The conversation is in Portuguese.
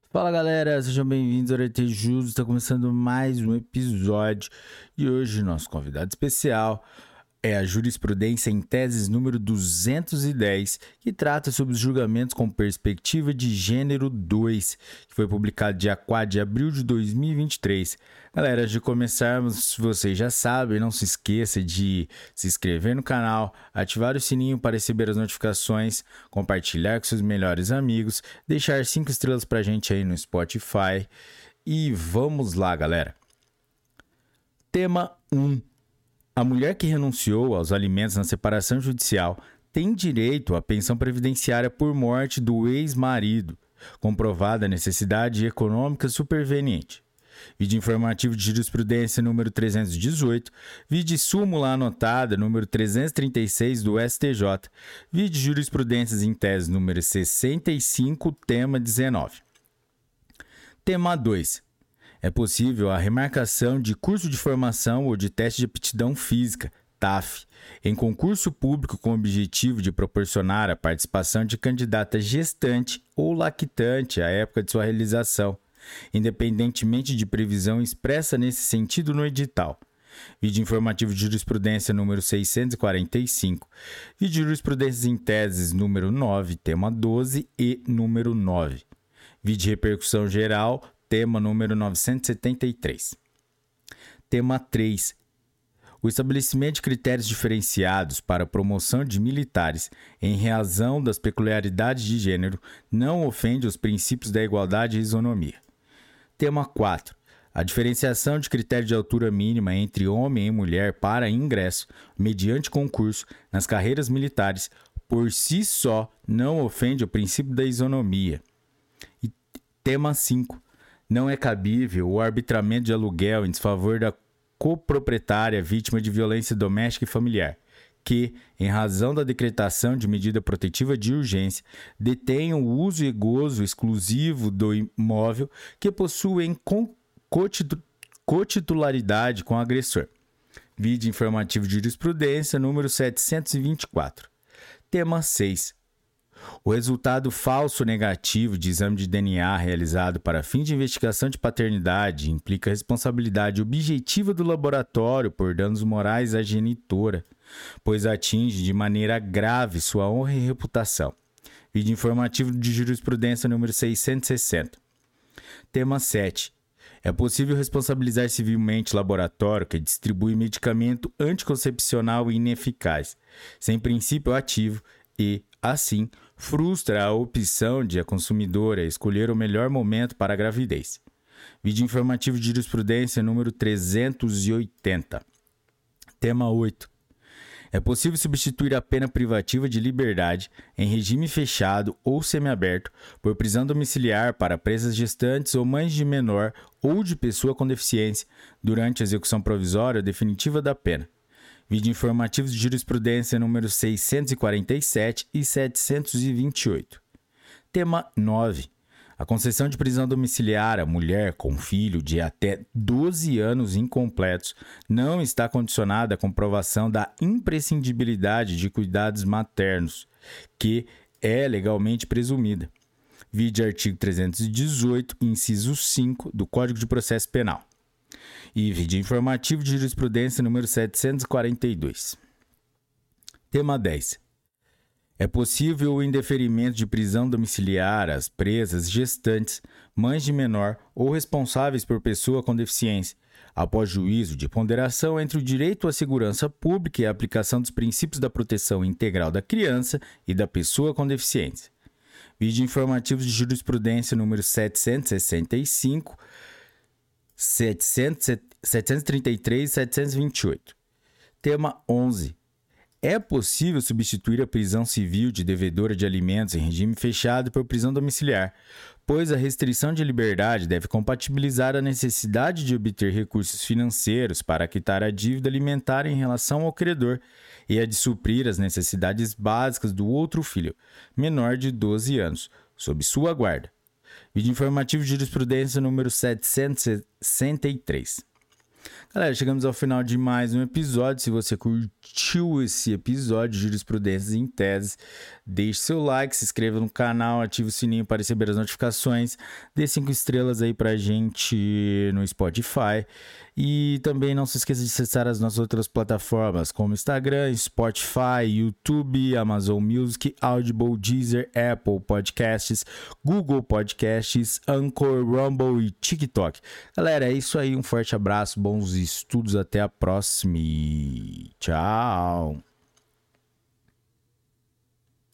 Fala galera, sejam bem-vindos ao RT Jus, está começando mais um episódio e hoje nosso convidado especial é a jurisprudência em teses número 210, que trata sobre os julgamentos com perspectiva de gênero 2, que foi publicado dia 4 de abril de 2023. Galera, antes de começarmos, se vocês já sabem, não se esqueça de se inscrever no canal, ativar o sininho para receber as notificações, compartilhar com seus melhores amigos, deixar 5 estrelas pra gente aí no Spotify e vamos lá, galera. Tema 1. A mulher que renunciou aos alimentos na separação judicial tem direito à pensão previdenciária por morte do ex-marido, comprovada a necessidade econômica superveniente. Vídeo informativo de jurisprudência número 318, vídeo súmula anotada número 336 do STJ, vídeo jurisprudências em tese número 65, tema 19. Tema 2. É possível a remarcação de curso de formação ou de teste de aptidão física, TAF, em concurso público com o objetivo de proporcionar a participação de candidata gestante ou lactante à época de sua realização, independentemente de previsão expressa nesse sentido no edital. Vídeo informativo de jurisprudência número 645, vídeo jurisprudências em teses número 9, tema 12 e número 9. Vídeo repercussão geral, tema número 973. Tema 3. O estabelecimento de critérios diferenciados para a promoção de militares em razão das peculiaridades de gênero não ofende os princípios da igualdade e isonomia. Tema 4. A diferenciação de critério de altura mínima entre homem e mulher para ingresso, mediante concurso, nas carreiras militares, por si só não ofende o princípio da isonomia. E tema 5. Não é cabível o arbitramento de aluguel em desfavor da coproprietária vítima de violência doméstica e familiar, que, em razão da decretação de medida protetiva de urgência, detenham o uso e gozo exclusivo do imóvel que possuem cotitularidade com o agressor. Vídeo informativo de jurisprudência número 724. Tema 6. O resultado falso negativo de exame de DNA realizado para fim de investigação de paternidade implica responsabilidade objetiva do laboratório por danos morais à genitora, pois atinge de maneira grave sua honra e reputação. Vídeo informativo de jurisprudência número 660. Tema 7. É possível responsabilizar civilmente o laboratório que distribui medicamento anticoncepcional ineficaz, sem princípio ativo e, assim, frustra a opção de a consumidora escolher o melhor momento para a gravidez. Vídeo informativo de jurisprudência número 380. Tema 8. É possível substituir a pena privativa de liberdade em regime fechado ou semiaberto por prisão domiciliar para presas gestantes ou mães de menor ou de pessoa com deficiência durante a execução provisória ou definitiva da pena. Vídeo informativos de jurisprudência número 647 e 728. Tema 9. A concessão de prisão domiciliar à mulher com filho de até 12 anos incompletos não está condicionada à comprovação da imprescindibilidade de cuidados maternos, que é legalmente presumida. Vídeo artigo 318, inciso 5 do Código de Processo Penal. E vídeo informativo de jurisprudência número 742. Tema 10. É possível o indeferimento de prisão domiciliar às presas gestantes, mães de menor ou responsáveis por pessoa com deficiência, após juízo de ponderação entre o direito à segurança pública e a aplicação dos princípios da proteção integral da criança e da pessoa com deficiência. Vídeo informativo de jurisprudência número 765, 733 e 728. Tema 11. É possível substituir a prisão civil de devedora de alimentos em regime fechado por prisão domiciliar, pois a restrição de liberdade deve compatibilizar a necessidade de obter recursos financeiros para quitar a dívida alimentar em relação ao credor e a de suprir as necessidades básicas do outro filho, menor de 12 anos, sob sua guarda. Vídeo informativo de jurisprudência número 763. Galera, chegamos ao final de mais um episódio. Se você curtiu esse episódio, Jurisprudências em Tese, deixe seu like, se inscreva no canal, ative o sininho para receber as notificações, dê 5 estrelas aí pra gente no Spotify. E também não se esqueça de acessar as nossas outras plataformas, como Instagram, Spotify, YouTube, Amazon Music, Audible, Deezer, Apple Podcasts, Google Podcasts, Anchor, Rumble e TikTok. Galera, é isso aí. Um forte abraço, bons estudos, até a próxima e tchau!